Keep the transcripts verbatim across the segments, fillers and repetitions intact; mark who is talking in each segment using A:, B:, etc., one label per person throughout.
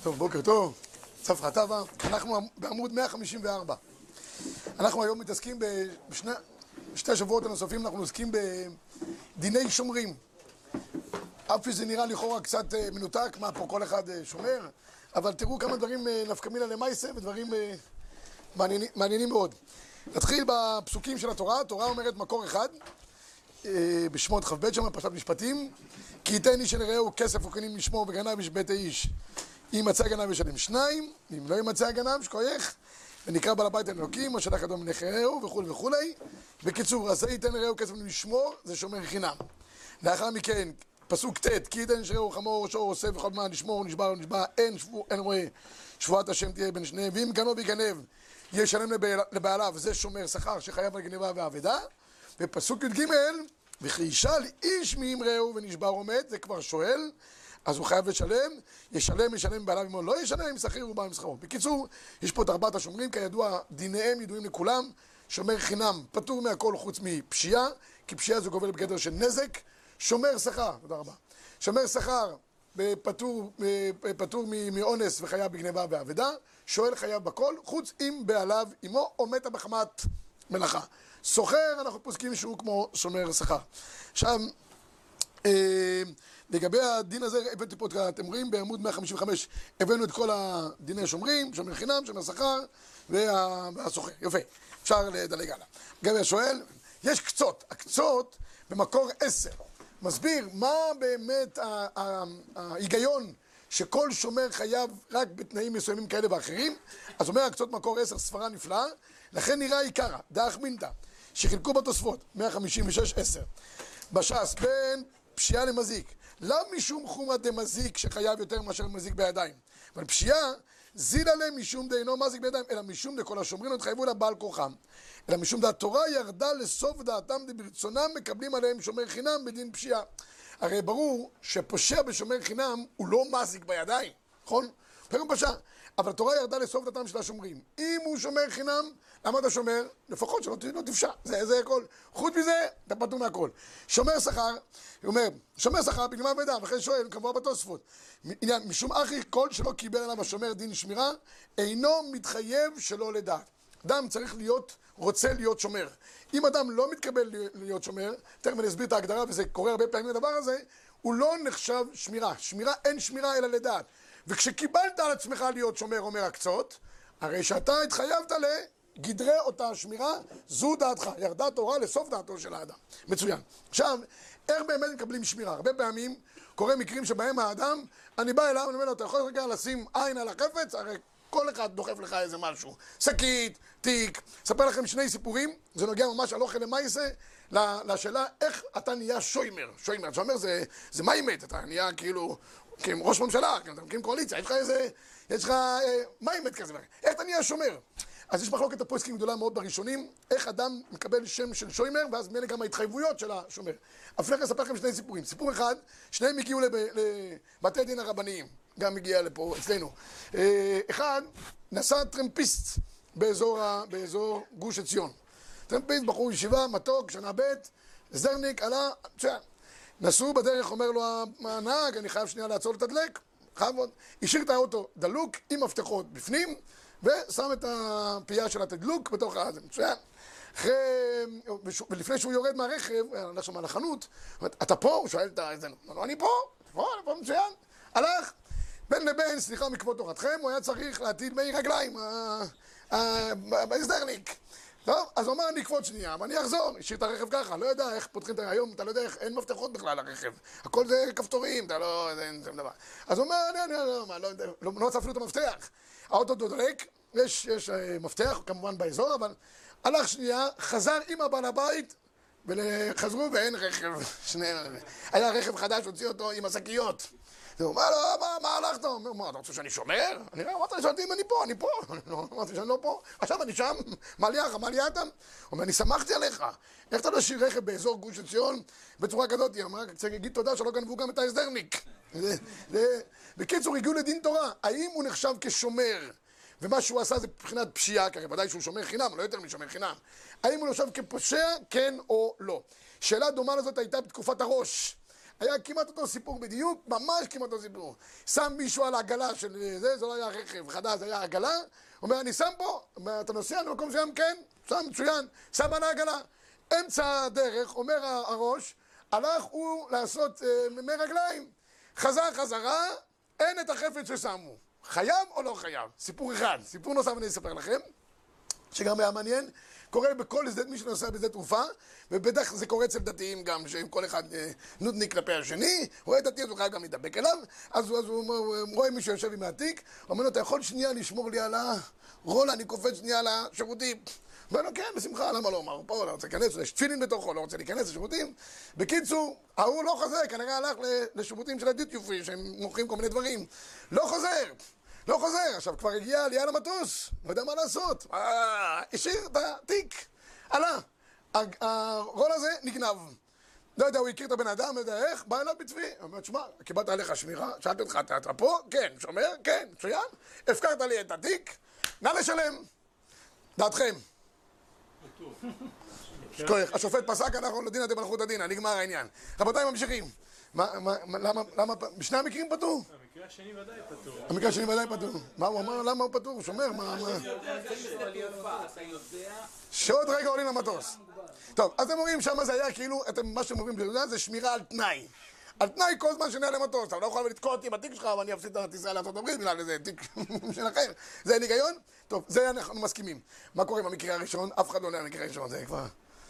A: טוב, בוקר טוב, צפרא טבא, אנחנו בעמוד מאה חמישים וארבע. אנחנו היום מתעסקים בשני בשני השבועות הנוספים, אנחנו עוסקים בדיני שומרים. אף שזה נראה לכאורה קצת מנותק, מה פה כל אחד שומר, אבל תראו כמה דברים נפקא מינה למעשה ודברים מעניינים, מעניינים מאוד. נתחיל בפסוקים של התורה. התורה אומרת מקור אחד, בשמות כ"ב שם, פרשת משפטים: כי ייתן איש אל רעהו כסף וקנים לשמור וגנב איש בית האיש. אם ימצא הגנב ישלם שניים, אם לא ימצא הגנב שכוייך, ונקרא בעל הבית אלוקים, או שלח אדום מלך רעהו וכו' וכו'. בקיצור, עשה ייתן רעהו כסף לשמור, זה שומר חינם. לאחר מכן, פסוק ט': כי ייתן איש רעהו חמור ראשו עושה וכל מה לשמור נשבע לא נשבע, אין שבוע, אין רואה, שבועת השם תהיה בין שניהם, ואם גנוב יגנב ישלם לבעליו, זה שומר שכר שחייב על גניבה ואבדה. ופסוק י"ג: וכי ישאל איש מאמרהו ונשבע ומת, זה כבר שואל, אז הוא חייב לשלם, ישלם, ישלם בעליו, אם הוא לא ישלם, שכיר הוא בא עם שכרו. בקיצור, יש פה את ארבעת השומרים, כידוע, דיניהם ידועים לכולם. שומר חינם פטור מהכל חוץ מפשיעה, כי פשיעה זה גובל בגדר של נזק. שומר שכר, תודה רבה. שומר שכר פטור, פטור מאונס וחייב בגניבה ואבדה. שואל חייב בכל, חוץ אם בעליו עמו או מתה בחמת מלאכה. סוחר, אנחנו פוסקים שהוא כמו שומר שכר. עכשיו, אה, לגבי הדין הזה, הבאתי פה, אתם רואים, בעמוד מאה חמישים וחמש, הבאנו את כל הדיני השומרים, שומר חינם, שומר שכר, וה... והסוחר. יפה, אפשר לדלג הלאה. גם השואל, יש קצות, הקצות במקור עשר. מסביר מה באמת ההיגיון שכל שומר חייב רק בתנאים מסוימים כאלה ואחרים. אז אומר הקצות מקור עשר, ספרה נפלאה, לכן נראה עיקרה, דאח מינתא, שחילקו בתוספות, מאה חמישים ושש עשר. בש"ס, בין פשיעה למזיק, לא משום חומא דמזיק שחייב יותר מאשר מזיק בידיים, אבל פשיעה זילה להם משום דאינו מזיק בידיים, אלא משום דכל השומרים התחייבו לה בעל כורחם, אלא משום דהתורה ירדה לסוף דעתם דברצונם מקבלים עליהם שומר חינם בדין פשיעה. הרי ברור שפושע בשומר חינם הוא לא מזיק בידיים, נכון? פרם פשע, אבל התורה ירדה לסוף דעתם של השומרים. אם הוא שומר חינם, למה אתה שומר? לפחות שלא לא תפשע, זה, זה הכל. חוץ מזה, אתה פטור מהכל. שומר שכר, הוא אומר, שומר שכר בגניבה ואבדה, וכן שואל, קבוע בתוספות. עניין, משום אחי, כל שלא קיבל עליו השומר דין שמירה, אינו מתחייב שלא לדעת. אדם צריך להיות, רוצה להיות שומר. אם אדם לא מתקבל להיות שומר, תכף אני אסביר את ההגדרה, וזה קורה הרבה פעמים לדבר הזה, הוא לא נחשב שמירה. שמירה, אין שמירה אלא לדעת. וכשקיבלת על עצמך להיות שומר, אומר הקצות, הרי שאתה התחייבת לגדרי אותה שמירה, זו דעתך. ירדה תורה לסוף דעתו של האדם. מצוין. עכשיו, איך באמת מקבלים שמירה? הרבה פעמים קורה מקרים שבהם האדם, אני בא אליו, אני אומר לו, אתה יכול רגע לשים עין על החפץ? הרי כל אחד דוחף לך איזה משהו. שקית, תיק. אספר לכם שני סיפורים, זה נוגע ממש על אוכל למעשה, לשאלה איך אתה נהיה שוימר. שוימר, שוימר זה, זה מיימט, אתה נהיה כאילו, ראש ממשלה, אתה מקים קואליציה, יש לך איזה, יש לך אה, מיימט כזה. איך אתה נהיה שומר? אז יש מחלוקת הפוסקים גדולה מאוד בראשונים, איך אדם מקבל שם של שוימר, ואז מילא גם ההתחייבויות של השומר. אפילו אני אספר לכם שני סיפורים. סיפור אחד, שניהם הגיעו לב, לבתי דין הרבניים, גם הגיע לפה אצלנו. אחד, נסע טרמפיסט באזור, באזור גוש עציון. טרמפיסט, בחור ישיבה, מתוק, שנה ב', זרניק, עלה, מצוין. נסעו בדרך, אומר לו הנהג, אני חייב שנייה לעצור לתדלק, חייב עוד. השאיר את האוטו דלוק עם מפתחות בפנים, ושם את הפייה של התדלוק בתוך הזה, מצוין. אחרי, ולפני שהוא יורד מהרכב, הלך שם על החנות, אתה פה? הוא שואל את זה, לא, אני פה, פה, אני פה, מצוין. הלך, בין לבין, סליחה מכבוד תורתכם, הוא היה צריך להטיל מי רגליים, בהסדרניק. טוב, אז הוא אומר, אני אקפוץ שנייה, ואני אחזור, השאיר את הרכב ככה, לא יודע איך פותחים את היום, אתה לא יודע איך, אין מפתחות בכלל לרכב, הכל זה כפתורים, אתה לא, זה אין דבר. אז הוא אומר, אני, אני, לא, לא, לא, לא צפנו את המפתח. האוטו דודרק, יש, יש מפתח, כמובן באזור, אבל הלך שנייה, חזר עם הבעל הבית, וחזרו ואין רכב, שני, היה רכב חדש, הוציא אותו עם השקיות. הוא אומר לו, מה, מה הלכת? הוא אומר, מה, אתה רוצה שאני שומר? אני אומר, אמרת לי שאלתי אם אני פה, אני פה. אמרתי שאני לא פה, עכשיו אני שם, מה ליאך, מה ליאתם? הוא אומר, אני שמחתי עליך. איך אתה לא שיר רכב באזור גוש עציון בצורה כזאת? היא אמרה, צריך להגיד תודה שלא גנבו גם את ההסדרניק. בקיצור, הגיעו לדין תורה, האם הוא נחשב כשומר? ומה שהוא עשה זה מבחינת פשיעה, כי ודאי שהוא שומר חינם, לא יותר משומר חינם. האם הוא נחשב כפושע, כן או לא? שאלה דומה לזאת הייתה בתקופת הראש. היה כמעט אותו סיפור בדיוק, ממש כמעט אותו סיפור. שם מישהו על העגלה של זה, זה לא היה רכב חדש, זה היה עגלה, אומר, אני שם פה, אתה נוסע למקום מסוים, כן, שם מצוין, שם על העגלה. אמצע הדרך, אומר הראש, הלך הוא לעשות מי רגליים, חזר חזרה, אין את החפץ ששמו. חייב או לא חייב? סיפור אחד. סיפור נוסף אני אספר לכם, שגם היה מעניין, קורה בכל שדה, מי שנוסע בשדה תעופה, ובטח זה קורה אצל דתיים גם, שאם כל אחד אה, נודניק כלפי השני, רואה דתי, אז הוא חייב גם להידבק אליו, אז הוא, אז הוא, הוא רואה מישהו יושב עם העתיק, אומר לו, אתה יכול שנייה לשמור לי על הרולה, אני קופץ שנייה על השירותים. אומר לו, כן, בשמחה, למה לא? אמר, פה, לא רוצה להיכנס, יש תפילין בתוכו, לא רוצה להיכנס לשירותים. בקיצור, ההוא לא חוזר, כנראה הלך לשירותים של הדיוטי, שהם מוכרים כל מיני דברים. לא חוזר, לא חוזר. עכשיו, כבר הגיע עלייה למטוס, לא יודע מה לעשות. אה, השאיר את התיק, עלה. הרול הזה נגנב. לא יודע, הוא הכיר את הבן אדם, לא יודע איך, בא אליו בצבי. הוא אומר, שמע, קיבלת עליך שמירה, שאלתי אותך, אתה פה? כן, שומר? כן, מצוין. הפקרת לי את התיק, נא לשלם. דעתכם. השופט פסק, אנחנו לדין עד מלכות הדין, נגמר העניין. רבותיי, ממשיכים. למה, בשני המקרים פטור?
B: המקרה השני ודאי פטור.
A: המקרה השני ודאי פטור. מה הוא אמר? למה הוא פטור? הוא שומר? מה? שעוד רגע עולים למטוס. טוב, אז אתם אומרים, שמה זה היה כאילו, מה שאתם אומרים, זה שמירה על תנאי. על תנאי כל זמן שנהיה למטוס. אתה לא יכול לתקוע אותי בתיק שלך, ואני אפסיד את ישראל לארצות הברית, בגלל איזה תיק של אחר. זה אין היגיון? טוב, זה אנחנו מסכימים. מה קורה במקרה הראשון? אף אחד לא עולה למקרה הראשון, זה כבר...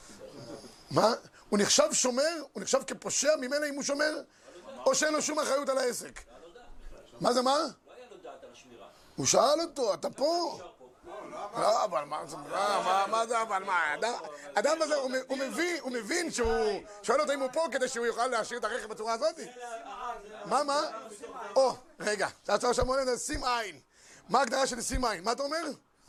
A: מה? הוא נחשב שומר? הוא נחשב כפושע ממילא אם הוא שומר? או שאין לו שום אחריות על העסק? מה זה מה?
C: לא היה לו דעת על השמירה.
A: הוא שאל אותו, אתה פה? לא, אבל מה זה, מה זה, אבל מה, האדם הזה, הוא מבין שהוא שואל אותו אם הוא פה כדי שהוא יוכל להשאיר את הרכב בצורה הזאת? מה, מה? או, רגע, אתה עכשיו אומר, שים עין. מה ההגדרה של שים עין? מה אתה אומר?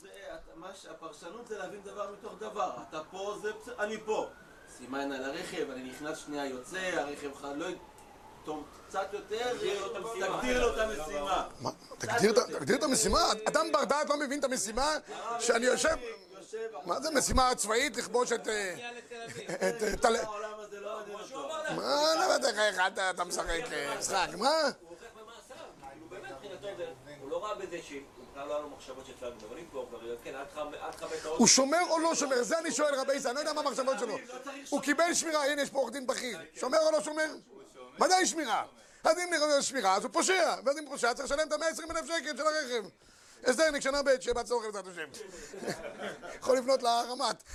C: הפרשנות זה להבין דבר מתוך דבר. אתה פה, אני פה. שים עין על הרכב, אני נכנס שנייה יוצא, הרכב לא... קצת יותר, תגדיר לו את המשימה.
A: מה? תגדיר את המשימה? אדם בר דעת לא מבין את המשימה שאני יושב... מה זה משימה צבאית לכבוש את... את...
C: העולם הזה לא עניין אותו.
A: מה? לא יודע איך אתה משחק משחק, מה?
C: הוא הוכח במעשיו. הוא באמת מבחינתו, הוא לא ראה בזה שהוא בכלל לא היה לו מחשבות שצריך אבל פה כבר, כן, עד חמש שעות.
A: הוא שומר או לא שומר? זה אני שואל רבי ישראל, אני לא יודע מה המחשבות שלו. הוא קיבל שמירה, הנה יש פה עורך דין בכיר. שומר או לא שומר? ודאי שמירה. אז אם נראה שמירה, אז הוא פושע. ואז אם פושע, צריך לשלם את ה-מאה ועשרים אלף שקל של הרכב. הסדר נקשנה ב' שיהיה בהצלחה בעזרת השם. יכול לפנות לרמת.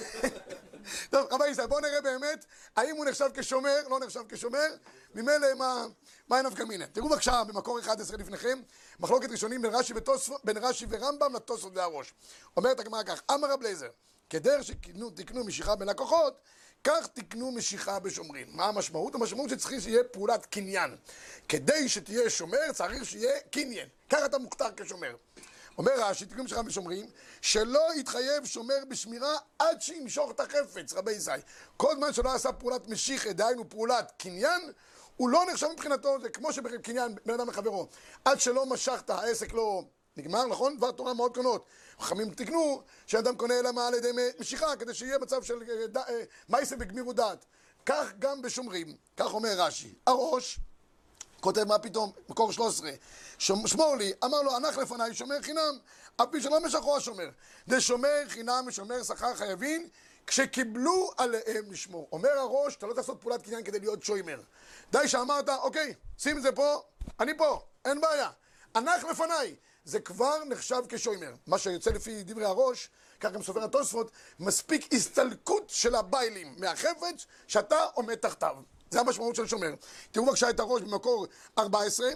A: טוב, רבי ישראל, בואו נראה באמת, האם הוא נחשב כשומר, לא נחשב כשומר, ממילא מה אין נפקא מינה. תראו בבקשה, במקור אחד עשרה לפניכם, מחלוקת ראשונים בין רש"י ורמב"ם לתוספות והראש. אומרת הגמרא כך, אמר רב אליעזר, כדרך שתקנו משיכה בין לקוחות, כך תקנו משיכה בשומרים. מה המשמעות? המשמעות שצריך שיהיה פעולת קניין. כדי שתהיה שומר צריך שיהיה קניין. ככה אתה מוכתר כשומר. אומר רש"י, תקנו משיכה בשומרים, שלא יתחייב שומר בשמירה עד שימשוך את החפץ, רבי ישראל. כל זמן שלא עשה פעולת משיכה, דהיינו פעולת קניין, הוא לא נחשב מבחינתו, זה כמו שבקניין בן אדם לחברו. עד שלא משכת, העסק לא... נגמר, נכון? דבר תורה מאוד קונות. חכמים תקנו שאדם קונה אלא מה על ידי משיכה, כדי שיהיה מצב של מייסה בגמירות דעת. כך גם בשומרים, כך אומר רש"י. הראש כותב מה פתאום, מקור שלוש עשרה, שמור לי, אמר לו, הנח לפניי שומר חינם, אף פי שלא משכו השומר. זה שומר חינם ושומר שכר חייבים, כשקיבלו עליהם לשמור. אומר הראש, אתה לא תעשות פעולת קניין כדי להיות שוימר. די שאמרת, אוקיי, שים את זה פה, אני פה, אין בעיה. הנח לפניי. זה כבר נחשב כשוימר. מה שיוצא לפי דברי הראש, כך גם סופר התוספות, מספיק הסתלקות של הביילים מהחפץ שאתה עומד תחתיו. זה המשמעות של שומר. תראו בבקשה את הראש במקור ארבע עשרה,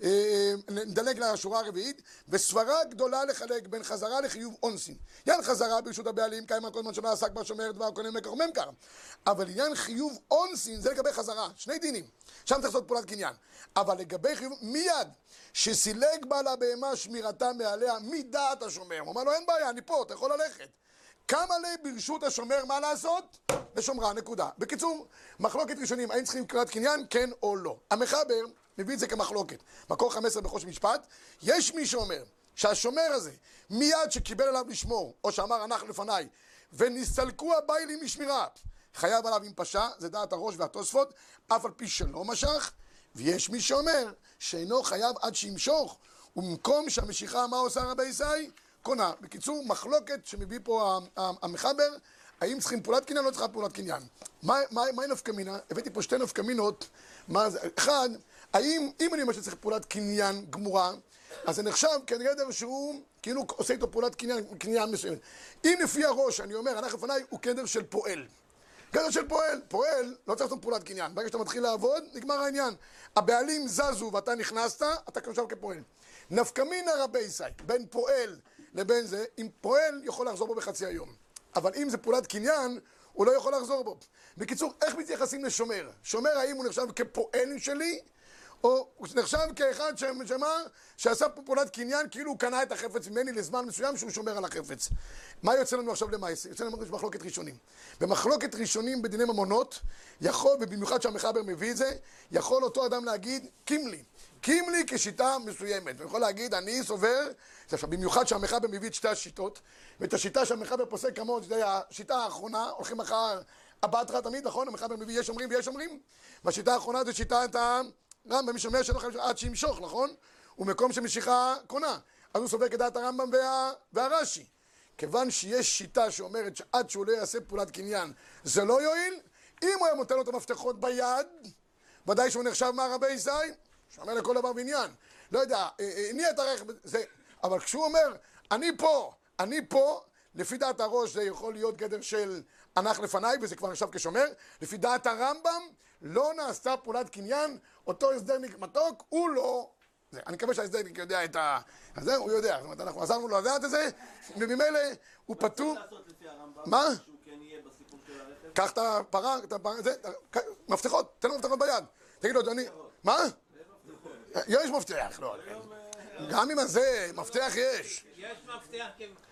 A: נדלג לשורה הרביעית, וסברה גדולה לחלק בין חזרה לחיוב אונסין. עניין חזרה ברשות הבעלים, קיים על כל זמן שלא עסק בשומר דבר קונה מקח וממכר. אבל עניין חיוב אונסין זה לגבי חזרה, שני דינים. שם צריך לעשות פעולת קניין. אבל לגבי חיוב, מיד שסילק בעל הבהמה שמירתה מעליה מדעת השומר. הוא אומר לו, אין בעיה, אני פה, אתה יכול ללכת. כמה לי ברשות השומר מה לעשות? בשומרה, נקודה. בקיצור, מחלוקת ראשונים, האם צריכים קריאת קניין, כן או לא. המחבר מביא את זה כמחלוקת. מקור חמש עשרה בחוש משפט, יש מי שאומר שהשומר הזה, מיד שקיבל עליו לשמור, או שאמר אנחנו לפניי, ונסתלקו הביילים משמירה, חייב עליו עם פשע, זה דעת הראש והתוספות, אף על פי שלא משך, ויש מי שאומר שאינו חייב עד שימשוך, ובמקום שהמשיכה, מה עושה רבי ישי? קונה. בקיצור, מחלוקת שמביא פה המחבר, האם צריכים פעולת קניין או לא צריכה פעולת קניין. מה, מה, מה נפקא מינה? הבאתי פה שתי נפקא מינות. מה זה? אחד, האם, אם אני אומר שצריך פעולת קניין גמורה, אז זה נחשב כגדר שהוא כאילו עושה איתו פעולת קניין, קניין מסוימת. אם לפי הראש, אני אומר, הנח לפניי הוא גדר של פועל. גדר של פועל. פועל, לא צריך לעשות פעולת קניין. ברגע שאתה מתחיל לעבוד, נגמר העניין. הבעלים זזו ואתה נכנסת, אתה נחשב כפועל. נפקא מינה רבי ישי, בין פועל לבין זה, אם פועל יכול לחזור בו בחצי היום. אבל אם זה פעולת קניין, הוא לא יכול לחזור בו. בקיצור, איך מתייחסים לשומר? שומר, האם הוא נחשב כפועל שלי, או הוא נחשב כאחד שמה, שעשה פה פעולת קניין, כאילו הוא קנה את החפץ ממני לזמן מסוים שהוא שומר על החפץ. מה יוצא לנו עכשיו למעשה? יוצא לנו במחלוקת ראשונים. במחלוקת ראשונים בדיני ממונות, יכול, ובמיוחד שהמחבר מביא את זה, יכול אותו אדם להגיד, קימלי. קימלי כשיטה מסוימת. הוא יכול להגיד, אני סובר, במיוחד שהמחבר מביא את שתי השיטות, ואת השיטה שהמחבר פוסק כמות, זה השיטה האחרונה, הולכים אחר הבטרה תמיד, נכון? המחבר מביא יש אומרים ויש אומרים, והשיטה האחרונה זה שיטת ה... רמב"ם משמש שלו עד שימשוך, נכון? ומקום שמשיכה קונה. אז הוא סובר כדעת הרמב"ם וה... והרש"י. כיוון שיש שיטה שאומרת שעד שהוא לא יעשה פעולת קניין זה לא יועיל, אם הוא היה נותן לו את המפתחות ביד, ודאי שהוא נחשב מה רבי ישי, שאומר לכל דבר בעניין. לא יודע, הניע את הרכב, זה... אבל כשהוא אומר, אני פה, אני פה, לפי דעת הראש זה יכול להיות גדר של הנח לפניי, וזה כבר נחשב כשומר. לפי דעת הרמב"ם, לא נעשתה פעולת קניין, אותו הסדרניק מתוק, הוא לא... זה, אני מקווה שההסדרניק יודע את ה... אז זה, הוא יודע. זאת אומרת, אנחנו עזרנו לו לדעת את זה, וממילא הוא פטור...
C: מה צריך לעשות לפי הרמב"ם?
A: מה?
C: שהוא כן יהיה בסיפור של הרכב?
A: קח את הפרה, את הפרה, זה, מפתחות, תן לו מפתחות ביד. תגיד לו, אדוני, מה? יש מפתח, לא. גם עם הזה, מפתח יש.
B: יש מפתח,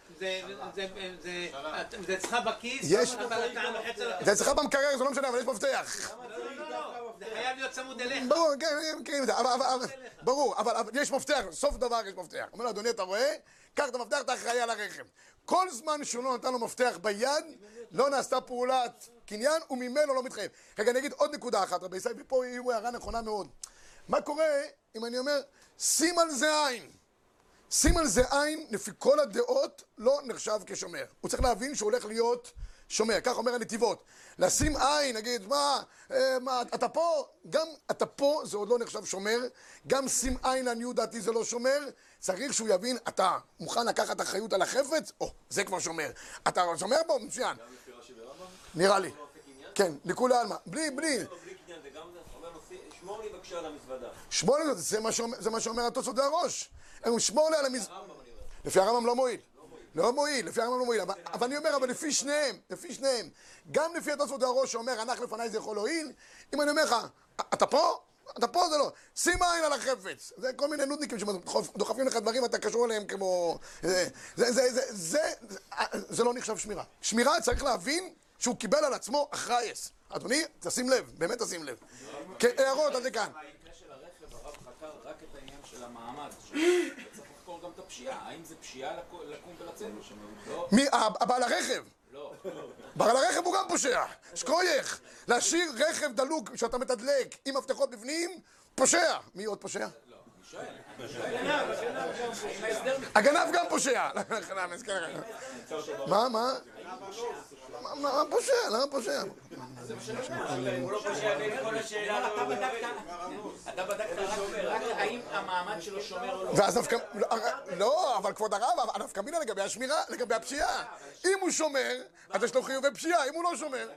B: זה אצלך בכיס,
A: יש.
B: אבל אתה לוחץ על...
A: זה אצלך במקרר, זה לא משנה, אבל יש מפתח.
B: לא, לא, לא, זה חייב להיות צמוד אליך.
A: ברור, כן, כן, ברור, אבל יש מפתח, סוף דבר יש מפתח. אומר לו, אדוני, אתה רואה? קח את המפתח, אתה אחראי על הרכב. כל זמן שהוא לא נתן לו מפתח ביד, לא נעשתה פעולת קניין, וממנו לא מתחייב. רגע, אני אגיד עוד נקודה אחת, רבי ישי, ופה היא הערה נכונה מאוד. מה קורה אם אני אומר, שים על זה עין. שים על זה עין, לפי כל הדעות, לא נחשב כשומר. הוא צריך להבין שהוא הולך להיות שומר. כך אומר הנתיבות. לשים עין, נגיד, מה, מה, אתה פה, גם אתה פה, זה עוד לא נחשב שומר. גם שים עין לעניות דעתי זה לא שומר. צריך שהוא יבין, אתה מוכן לקחת אחריות על החפץ? או, זה כבר שומר. אתה שומר בו? מצוין. נראה לי. כן, לכולי עלמא. בלי, בלי.
D: שמור לי בבקשה על המזוודה.
A: שמור לי, זה מה שאומר התוספות והראש. הוא שמור לי על המזוודה. לפי הרמב"ם לא מועיל. לא מועיל, לפי הרמב"ם לא מועיל. אבל אני אומר, אבל לפי שניהם, לפי שניהם, גם לפי התוספות והראש שאומר, הנח לפניי זה יכול להועיל, אם אני אומר לך, אתה פה? אתה פה זה לא. שים עין על החפץ. זה כל מיני נודניקים שדוחפים לך דברים, אתה קשור אליהם כמו... זה לא נחשב שמירה. שמירה צריך להבין שהוא קיבל על עצמו אחרייס. אדוני, תשים לב, באמת תשים לב. הערות עד לכאן.
D: במקרה של הרכב, הרב חקר רק את העניין של המעמד. צריך לחקור גם את הפשיעה. האם זה פשיעה לקום ולצאת?
A: מי? הבעל הרכב?
D: לא.
A: בעל הרכב הוא גם פושע. שכוייך. להשאיר רכב דלוק שאתה מתדלק עם מפתחות בפנים, פושע. מי עוד פושע?
D: לא, אני שואל.
A: הגנב גם פושע. מה, מה? מה פושע? למה פושע?
D: הוא לא פושע בין כל השאלה. אתה בדקת רק האם המעמד שלו שומר או לא.
A: ואז נפקא... לא, אבל כבוד הרב, הנפקא מינה לגבי השמירה, לגבי הפשיעה. אם הוא שומר, אז יש לו חיובי פשיעה. אם הוא לא שומר...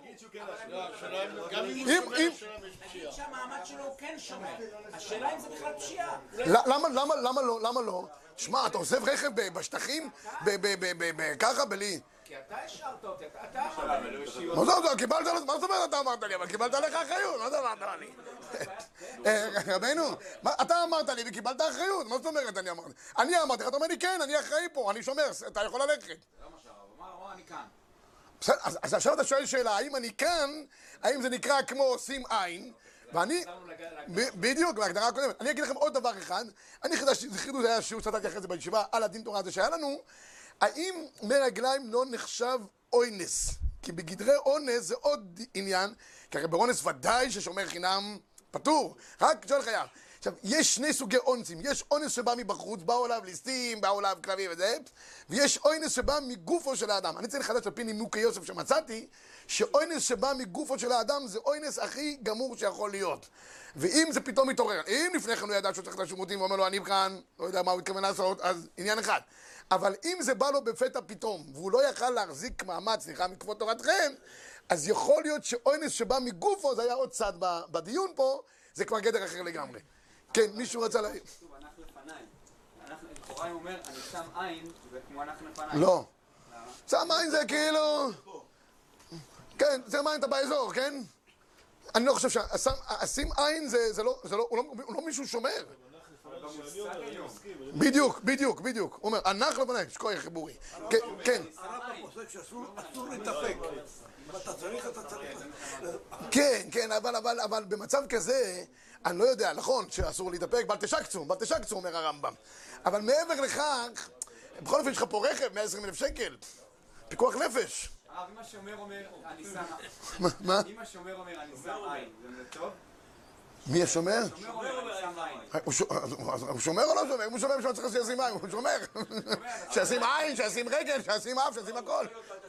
B: נגיד שהמעמד שלו הוא כן שומר. השאלה אם זה בכלל פשיעה.
A: למה, למה, למה לא? למה לא? שמע, אתה עוזב רכב בשטחים, ככה, בלי...
B: כי אתה השארת אותי, אתה אמרת לי.
A: מה זאת אומרת? קיבלת... מה זאת אומרת אתה אמרת לי? אבל קיבלת עליך אחריות, מה זאת אמרת לי? רבינו, אתה אמרת לי וקיבלת אחריות, מה זאת אומרת אני אמרתי? אני אמרתי לך, אתה אומר לי כן, אני אחראי פה, אני שומר, אתה יכול ללכת.
D: לא מה שהרב אמר, או אני כאן.
A: בסדר, אז עכשיו אתה שואל שאלה, האם אני כאן, האם זה נקרא כמו שים עין, ואני... בדיוק, להגדרה הקודמת. אני אגיד לכם עוד דבר אחד, אני חידשתי, זה חידוש היה שיעור שצטטתי אחרי זה בישיבה, על הדין תורה הזה שהיה לנו, האם מרגליים לא נחשב אוינס? כי בגדרי אונס זה עוד עניין, כי הרי באונס ודאי ששומר חינם פטור, רק שואל חייב. עכשיו, יש שני סוגי אונסים, יש אונס שבא מבחוץ, באו עליו ליסטים, באו עליו כלבים וזה, ויש אונס שבא מגופו של האדם. אני צריך לחדש על פי נימוקי יוסף שמצאתי, שאונס שבא מגופו של האדם זה אונס הכי גמור שיכול להיות. ואם זה פתאום מתעורר, אם לפני כן הוא ידע שהוא צריך את השירותים ואומר לו, אני כאן, לא יודע מה הוא התכוון לעשות, אז עניין אחד. אבל אם זה בא לו בפתע פתאום, והוא לא יכל להחזיק מעמד, סליחה, מכבוד תורתכם, אז יכול להיות שאונס שבא מגופו, זה היה עוד צד בדיון פה, זה כבר גדר אחר לגמרי. כן, מישהו רצה לה...
E: כתוב, הנח לפניי. לכאורה הוא אומר, אני שם עין, זה כמו הנח לפניי.
A: לא. שם עין זה כאילו... כן, שם עין אתה באזור, כן? אני לא חושב שהשים עין זה לא... הוא לא מישהו שומר. בדיוק, בדיוק, בדיוק. הוא אומר, הנח לפניי, שכוי חיבורי. כן.
F: הרב חושב שאסור להתאפק. אם אתה צריך, אתה צריך.
A: כן, כן, אבל במצב כזה... אני לא יודע, נכון, שאסור להתאפק, בל תשקצו, בל תשקצו, אומר הרמב"ם. אבל מעבר לכך, בכל אופן יש לך פה רכב, מאה ועשרים אלף שקל, פיקוח נפש.
E: הרב, אם השומר אומר, אני שם...
A: מה?
E: אם השומר אומר, אני שם עין, זה טוב?
A: מי השומר?
E: השומר אומר, אני שם עין.
A: הוא שומר או לא שומר? הוא שומר בשביל צריך שישים עין, הוא שומר. שישים עין, שישים רגל, שישים אף, שישים הכל.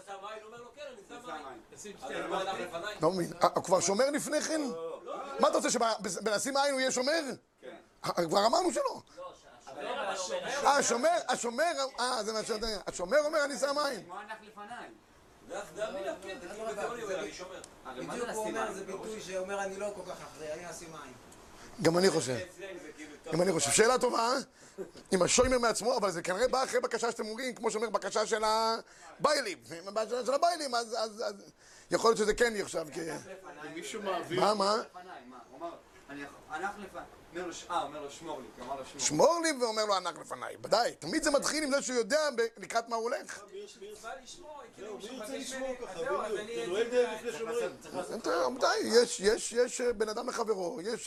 A: לא מבין, הוא כבר שומר לפני כן? מה אתה רוצה, שבנשים עין הוא יהיה שומר? כן. כבר אמרנו שלא. אה, השומר, השומר, אה, זה מה שאתה יודע. השומר אומר, אני שם עין.
E: כמו הנח לפניי.
C: זה המילה, כן, זה כאילו בתיאוריה, הוא אומר, אני שומר.
F: בדיוק הוא אומר, זה ביטוי שאומר, אני לא כל כך אחרי, אני אשים עין.
A: גם אני חושב. גם אני חושב. שאלה טובה, עם השוימר מעצמו, אבל זה כנראה בא אחרי בקשה שאתם אומרים, כמו שאומר בקשה של הביילים. בקשה של הביילים, אז יכול להיות שזה כן יחשב כ...
G: מישהו מעביר...
A: מה, מה?
E: הוא אמר, הנח לפניי. אה, אומר לו שמור לי, אמר לו שמור.
A: שמור לי ואומר לו ענק לפניי, בוודאי. תמיד זה מתחיל עם זה שהוא יודע לקראת מה הוא הולך.
C: מי ירצה לשמור?
G: מי ירצה לשמור ככה, בדיוק. אתה נוהג דרך לפני שומרים.
A: יש, יש בן אדם לחברו, יש...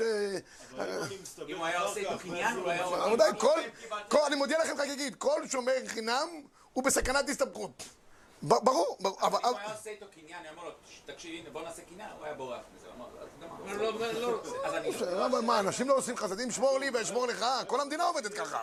D: אם הוא היה עושה איתו קניין, הוא היה...
A: רבותיי, אני מודיע לכם חגיגית, כל שומר חינם הוא בסכנת הסתבכות. ברור.
D: אם הוא היה עושה איתו קניין, אני אומר לו, תקשיב, הנה בוא נעשה קניין, הוא היה בורח מזה. לא, לא, לא, אז אני...
A: מה, אנשים לא עושים חסדים? שמור לי ואשמור לך, כל המדינה עובדת ככה.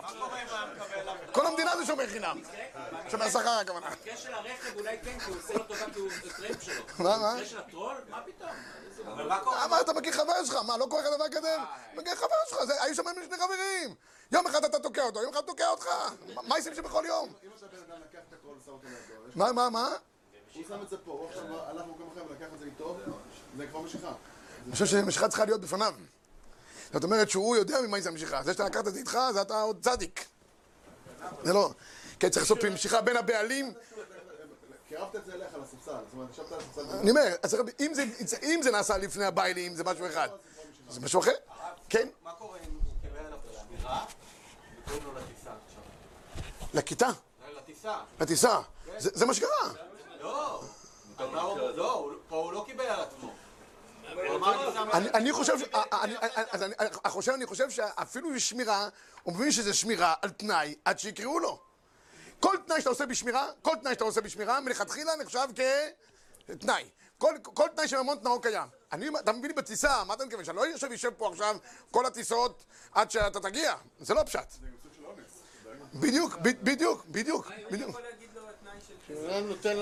A: כל המדינה זה שומר חינם. שומר שכר הכוונה.
D: במקרה של הרכב אולי כן, כי הוא עושה לו טובה כי הוא טרמפ שלו.
A: מה, מה?
D: במקרה של הטרול? מה פתאום?
A: מה, אתה מכיר חבר שלך? מה, לא קורה לך דבר כזה? מכיר חבר שלך, היו שם שני חברים. יום אחד אתה תוקע אותו, יום אחד תוקע אותך. מה עושים שבכל יום?
G: אם אתה בן אדם לקח את הכל ושם אותו לידו,
A: מה, מה, מה?
G: הוא שם את זה פה, הוא עכשיו הלך במקום אחר ולקח את זה איתו, זה כבר משיכה.
A: אני חושב שמשיכה צריכה להיות בפניו. זאת אומרת שהוא יודע ממה זה המשיכה. זה שאתה לקחת את זה איתך, זה אתה עוד צדיק. זה לא. כי צריך לעשות משיכה בין הבעלים.
G: קרבת את זה אליך לספסל, זאת אומרת, ישבת על הספסל.
A: אני אומר, אם זה נעשה לפני הבעלים, זה משהו אחד. זה משהו אחר? כן?
C: מה קורה אם הוא קיבל עליו את השמירה וקוראים לו לטיסה עכשיו?
A: לכיתה?
C: לטיסה.
A: לטיסה. זה מה שקרה.
C: לא. לא, פה הוא לא קיבל על עצמו.
A: אני חושב, אני חושב שאפילו בשמירה, הוא מבין שזה שמירה על תנאי עד שיקראו לו. כל תנאי שאתה עושה בשמירה, כל תנאי שאתה עושה בשמירה, מלכתחילה נחשב כתנאי. כל תנאי שממון תנאו קיים. אתה מביא לי בטיסה, מה אתה מתכוון? שאני לא יושב יושב פה עכשיו כל הטיסות עד שאתה תגיע. זה לא פשט. בדיוק, בדיוק, בדיוק, בדיוק.
G: אדם נותן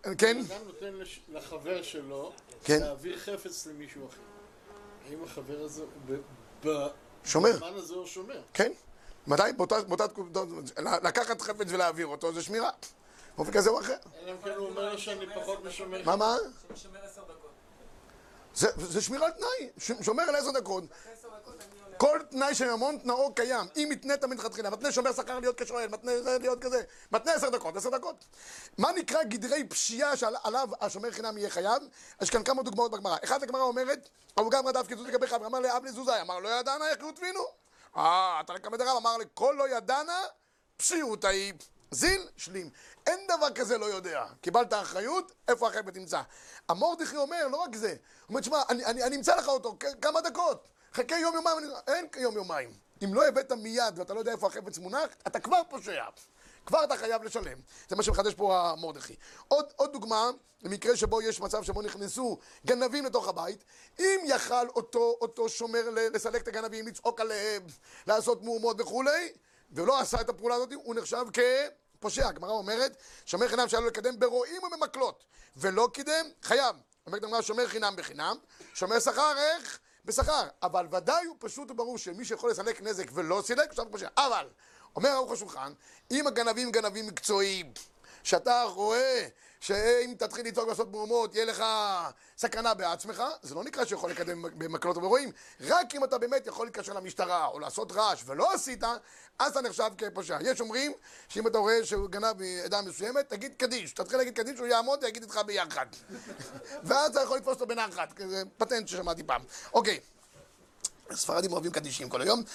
G: לחבר שלו להעביר חפץ למישהו אחר. האם החבר הזה הוא
A: שומר?
G: בזמן הזה הוא שומר?
A: כן. מתי? באותה תקופה, לקחת חפץ ולהעביר אותו זה שמירה. באופן כזה או אחר.
G: אלא אם כן הוא אומר לו שאני פחות משומר.
A: מה, מה?
F: שאני שומר עשר דקות.
A: זה שמירת תנאי. שומר על עשר דקות. כל תנאי שממון תנאו קיים, אם מתנית מלכתחילה, מתנה שומר שכר להיות כשואל, מתנה להיות כזה, מתנה עשר דקות, עשר דקות. מה נקרא גדרי פשיעה שעליו השומר חינם יהיה חייב? יש כאן כמה דוגמאות בגמרא. אחד הגמרא אומרת, אבל גם רדף כזוז לגבי חבר, אמר לאב לזוזאי, אמר לא ידענה איך יותבינו? אה, אתה לקמת הרב, אמר לי, כל לא ידענה, פשיעות היא. זיל, שלים. אין דבר כזה לא יודע. קיבלת אחריות, איפה החפץ נמצא? המורדכי אומר, לא רק זה. הוא אומר, שמע, אני, אני, אני אמצא לך אותו כמה דקות. חכה יום יומיים, אין יום יומיים. אם לא הבאת מיד ואתה לא יודע איפה החפץ מונח, אתה כבר פושע. כבר אתה חייב לשלם. זה מה שמחדש פה המרדכי. עוד, עוד דוגמה, למקרה שבו יש מצב שבו נכנסו גנבים לתוך הבית, אם יכל אותו, אותו שומר לסלק את הגנבים, לצעוק עליהם, לעשות מהומות וכולי, ולא עשה את הפעולה הזאת, הוא נחשב כפושע. הגמרא אומרת, שומר חינם שהיה לו לקדם ברועים ובמקלות, ולא קידם, חייב. אומרת הגמרא, שומר חינם בחינם, שומר שכר איך? בשכר. אבל ודאי הוא פשוט וברור שמי שיכול לסלק נזק ולא סילק, עכשיו פושע. אבל, אומר ערוך השולחן, אם הגנבים גנבים מקצועיים, שאתה רואה שאם תתחיל לצעוק לעשות מהומות, יהיה לך סכנה בעצמך, זה לא נקרא שיכול לקדם במקלות וברועים. רק אם אתה באמת יכול להתקשר למשטרה או לעשות רעש ולא עשית, אז אתה נחשב כפושע. יש אומרים שאם אתה רואה שהוא גנב מעדה מסוימת, תגיד קדיש. תתחיל להגיד קדיש, הוא יעמוד ויגיד איתך ביחד. ואז אתה יכול לתפוס אותו בנחת. זה פטנט ששמעתי פעם. אוקיי. הספרדים אוהבים קדישים כל היום.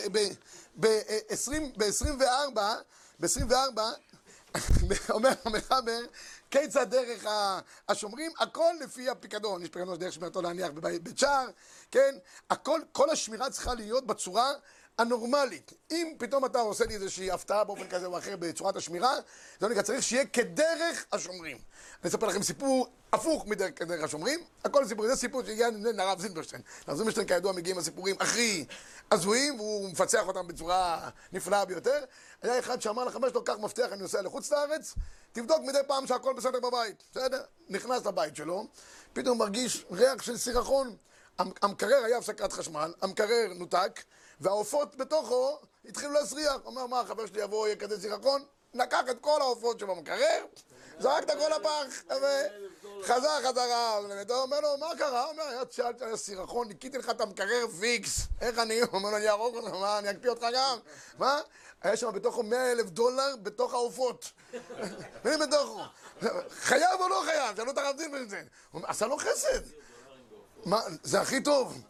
A: ב-עשרים וארבע, ב-עשרים וארבע, אומר המחבר, כיצד דרך השומרים, הכל לפי הפיקדון. יש פיקדון דרך שמירתו להניח בבית שער, כן? הכל, כל השמירה צריכה להיות בצורה הנורמלית. אם פתאום אתה עושה לי איזושהי הפתעה באופן כזה או אחר בצורת השמירה, זה לא נקרא, צריך שיהיה כדרך השומרים. אני אספר לכם סיפור הפוך מדרך כדרך השומרים. הכל סיפור, זה סיפור שהגיע לרב זילברשטיין. הרב זילברשטיין כידוע מגיעים הסיפורים הכי הזויים, והוא מפצח אותם בצורה נפלאה ביותר. היה אחד שאמר לחבר שלו, קח מפתח, אני נוסע לחוץ לארץ, תבדוק מדי פעם שהכל בסדר בבית. בסדר? נכנס לבית שלו, פתאום מרגיש ריח של סירחון. המקרר היה הפסקת חשמל, המקרר נותק, והעופות בתוכו התחילו להסריח. אומר, מה, החבר שלי יבוא, יהיה כזה סירחון? לקח את כל העופות שבמקרר, זרק את הכל לפח, וחזר חזרה. הוא אומר לו, מה קרה? הוא אומר, שאלת על הסירחון, ניקיתי לך את המקרר פיקס. איך אני? הוא אומר לו, אני ארוג אותך, מה, אני אקפיא אותך גם? מה? היה שם בתוכו מאה אלף דולר בתוך העופות. מי בתוכו? חייב או לא חייב? שאלו את הרב זילברשטיין. הוא אומר, עשה לו חסד. מה, זה הכי טוב.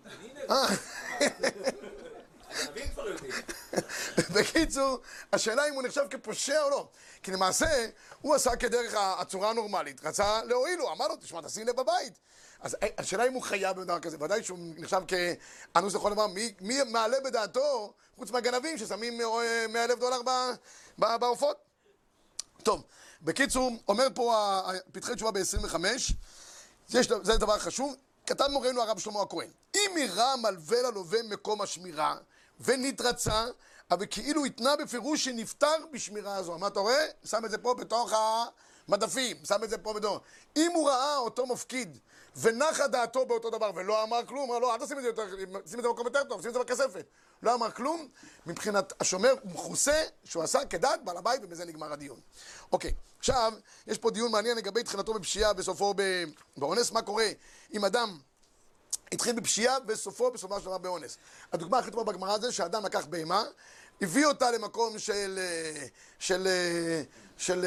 A: בקיצור, השאלה אם הוא נחשב כפושע או לא. כי למעשה, הוא עשה כדרך הצורה הנורמלית. רצה להועיל לו, אמר לו, תשמע, תשים לב בבית. אז השאלה אם הוא חייב בדבר כזה. ודאי שהוא נחשב כאנוס לכל דבר. מי, מי מעלה בדעתו, חוץ מהגנבים ששמים מאה אלף דולר בעופות? טוב, בקיצור, אומר פה פתחי תשובה ב-עשרים וחמש, זה דבר חשוב. כתב מורנו הרב שלמה הכהן, אם יראה מלווה ללווה מקום השמירה ונתרצה, אבל כאילו התנה בפירוש שנפטר בשמירה הזו. מה אתה רואה? שם את זה פה בתוך המדפים, שם את זה פה בתוך. אם הוא ראה אותו מפקיד ונחה דעתו באותו דבר ולא אמר כלום, אמר לא, אל תשים את זה יותר, שים את זה במקום יותר טוב, שים את זה בכספת. לא אמר כלום, מבחינת השומר הוא מכוסה שהוא עשה כדת בעל הבית, ובזה נגמר הדיון. אוקיי, עכשיו, יש פה דיון מעניין לגבי תחילתו בפשיעה וסופו באונס. מה קורה אם אדם התחיל בפשיעה וסופו בסופו של דבר באונס? הדוגמה הכי טובה בגמרא זה שאדם לקח בהמה, הביא אותה למקום של, של, של,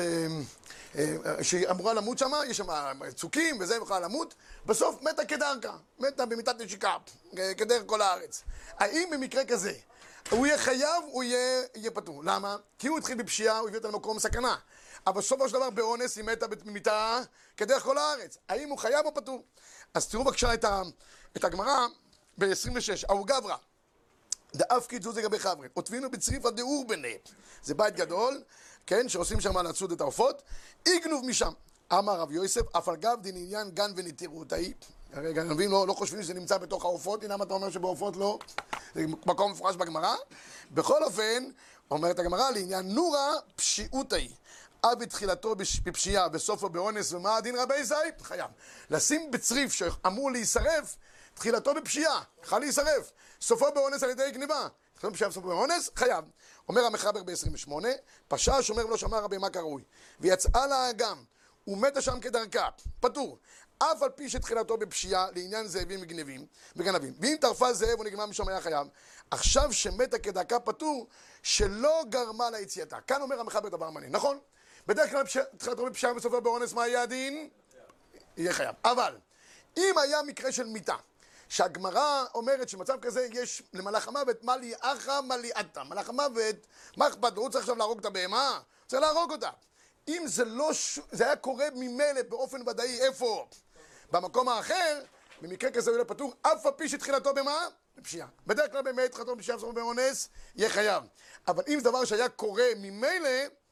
A: שהיא אמורה למות שם, יש שם צוקים וזה, היא יכולה למות, בסוף מתה כדרכה, מתה במיטת נשיקה, כדרך כל הארץ. האם במקרה כזה הוא יהיה חייב, הוא יהיה, יהיה פטור? למה? כי הוא התחיל בפשיעה, הוא הביא אותה למקום סכנה. אבל בסופו של דבר באונס היא מתה במיטה כדרך כל הארץ. האם הוא חייב או פטור? אז תראו בבקשה את, את הגמרא ב-עשרים ושש, אהו גברא. דאף קיצוץ לגבי חבר'ה, עוטבינו בצריפא דאור בני. זה בית גדול, כן, שעושים שם לצוד את העופות. יגנוב משם. אמר רב יוסף, אף על גב דין עניין גן ונטירות ההיא. הרי גנבים לא, לא חושבים שזה נמצא בתוך העופות, הנה מה אתה אומר שבעופות לא? זה מקום מפורש בגמרא. בכל אופן, אומרת הגמרא, לעניין נורא פשיעות ההיא. אב בתחילתו בפשיעה בסופו באונס, ומה הדין רבי זי? חייב. לשים בצריף שאמור להישרף, תחילתו בפשיעה, יכול להישרף. סופו באונס על ידי גניבה. תחילתו בפשיעה וסופו באונס, חייב. אומר המחבר ב-עשרים ושמונה, פשע השומר ולא שמע רבי מה קרוי. ויצאה לאגם, ומתה שם כדרכה, פטור. אף על פי שתחילתו בפשיעה לעניין זאבים וגנבים, וגנבים. ואם טרפה זאב ונגמר משם היה חייב, עכשיו שמתה כדרכה פטור, שלא גרמה ליציאתה. כאן אומר המחבר דבר מעניין, נכון? בדרך כלל תחילתו בפשיעה וסופו באונס, מה יהיה הדין? יהיה חייב. אבל, אם היה מקרה של מיתה, שהגמרא אומרת שמצב כזה יש למלאך המוות מלי אחא מליאתה. מלאך המוות, מה אכפת לו? הוא צריך עכשיו להרוג את הבהמה? צריך להרוג אותה. אם זה לא, זה היה קורה ממילא באופן ודאי, איפה? במקום האחר, במקרה כזה הוא יהיה פטור, אף על פי שתחילתו במה? בפשיעה. בדרך כלל באמת תחילתו בפשיעה וסופו באונס, יהיה חייב. אבל אם זה דבר שהיה קורה ממילא,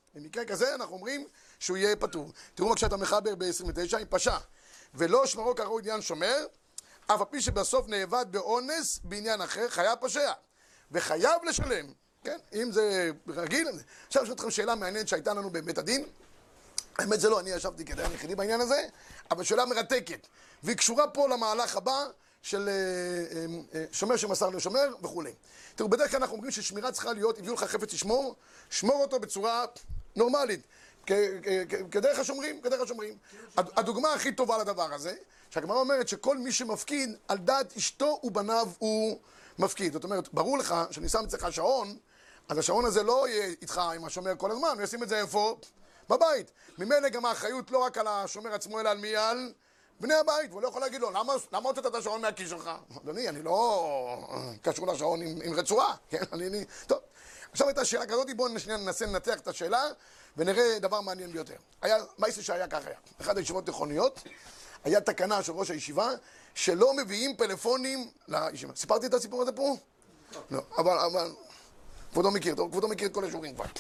A: במקרה כזה אנחנו אומרים שהוא יהיה פטור. תראו בבקשה את המחבר ב-עשרים ותשע, עם פשע. ולא שמרו כראוי עניין שומר, אף על פי שבסוף נאבד באונס בעניין אחר, חייב פושע. וחייב לשלם, כן? אם זה רגיל. עכשיו יש לכם שאלה מעניינת שהייתה לנו בבית הדין. האמת זה לא, אני ישבתי כדיין יחידי בעניין הזה, אבל שאלה מרתקת. והיא קשורה פה למהלך הבא של שומר שמסר לשומר וכו'. תראו, בדרך כלל אנחנו אומרים ששמירה צריכה להיות, הביאו לך חפץ לשמור, שמור אותו בצורה נורמלית. כדרך השומרים, כדרך השומרים. הדוגמה הכי טובה לדבר הזה, שהגמרא אומרת שכל מי שמפקיד על דעת אשתו ובניו הוא מפקיד. זאת אומרת, ברור לך שאני שם אצלך שעון, אז השעון הזה לא יהיה איתך עם השומר כל הזמן, הוא ישים את זה איפה? בבית. ממילא גם האחריות לא רק על השומר עצמו, אלא על מי? על בני הבית. והוא לא יכול להגיד לו, למה, למה הוצאת את השעון מהכיס שלך? אדוני, אני לא קשור לשעון עם, עם רצועה. כן, אני, אני... טוב. עכשיו הייתה שאלה כזאת, בואו ננסה לנתח את השאלה ונראה דבר מעניין ביותר. היה, מה יעשה שהיה כך היה? אחת הישיבות תיכוניות, היה תקנה של ראש הישיבה שלא מביאים פלאפונים לישיבה. סיפרתי את הסיפור הזה פה? לא, אבל, אבל, כבודו מכיר, כבודו מכיר את כל השיעורים כבר.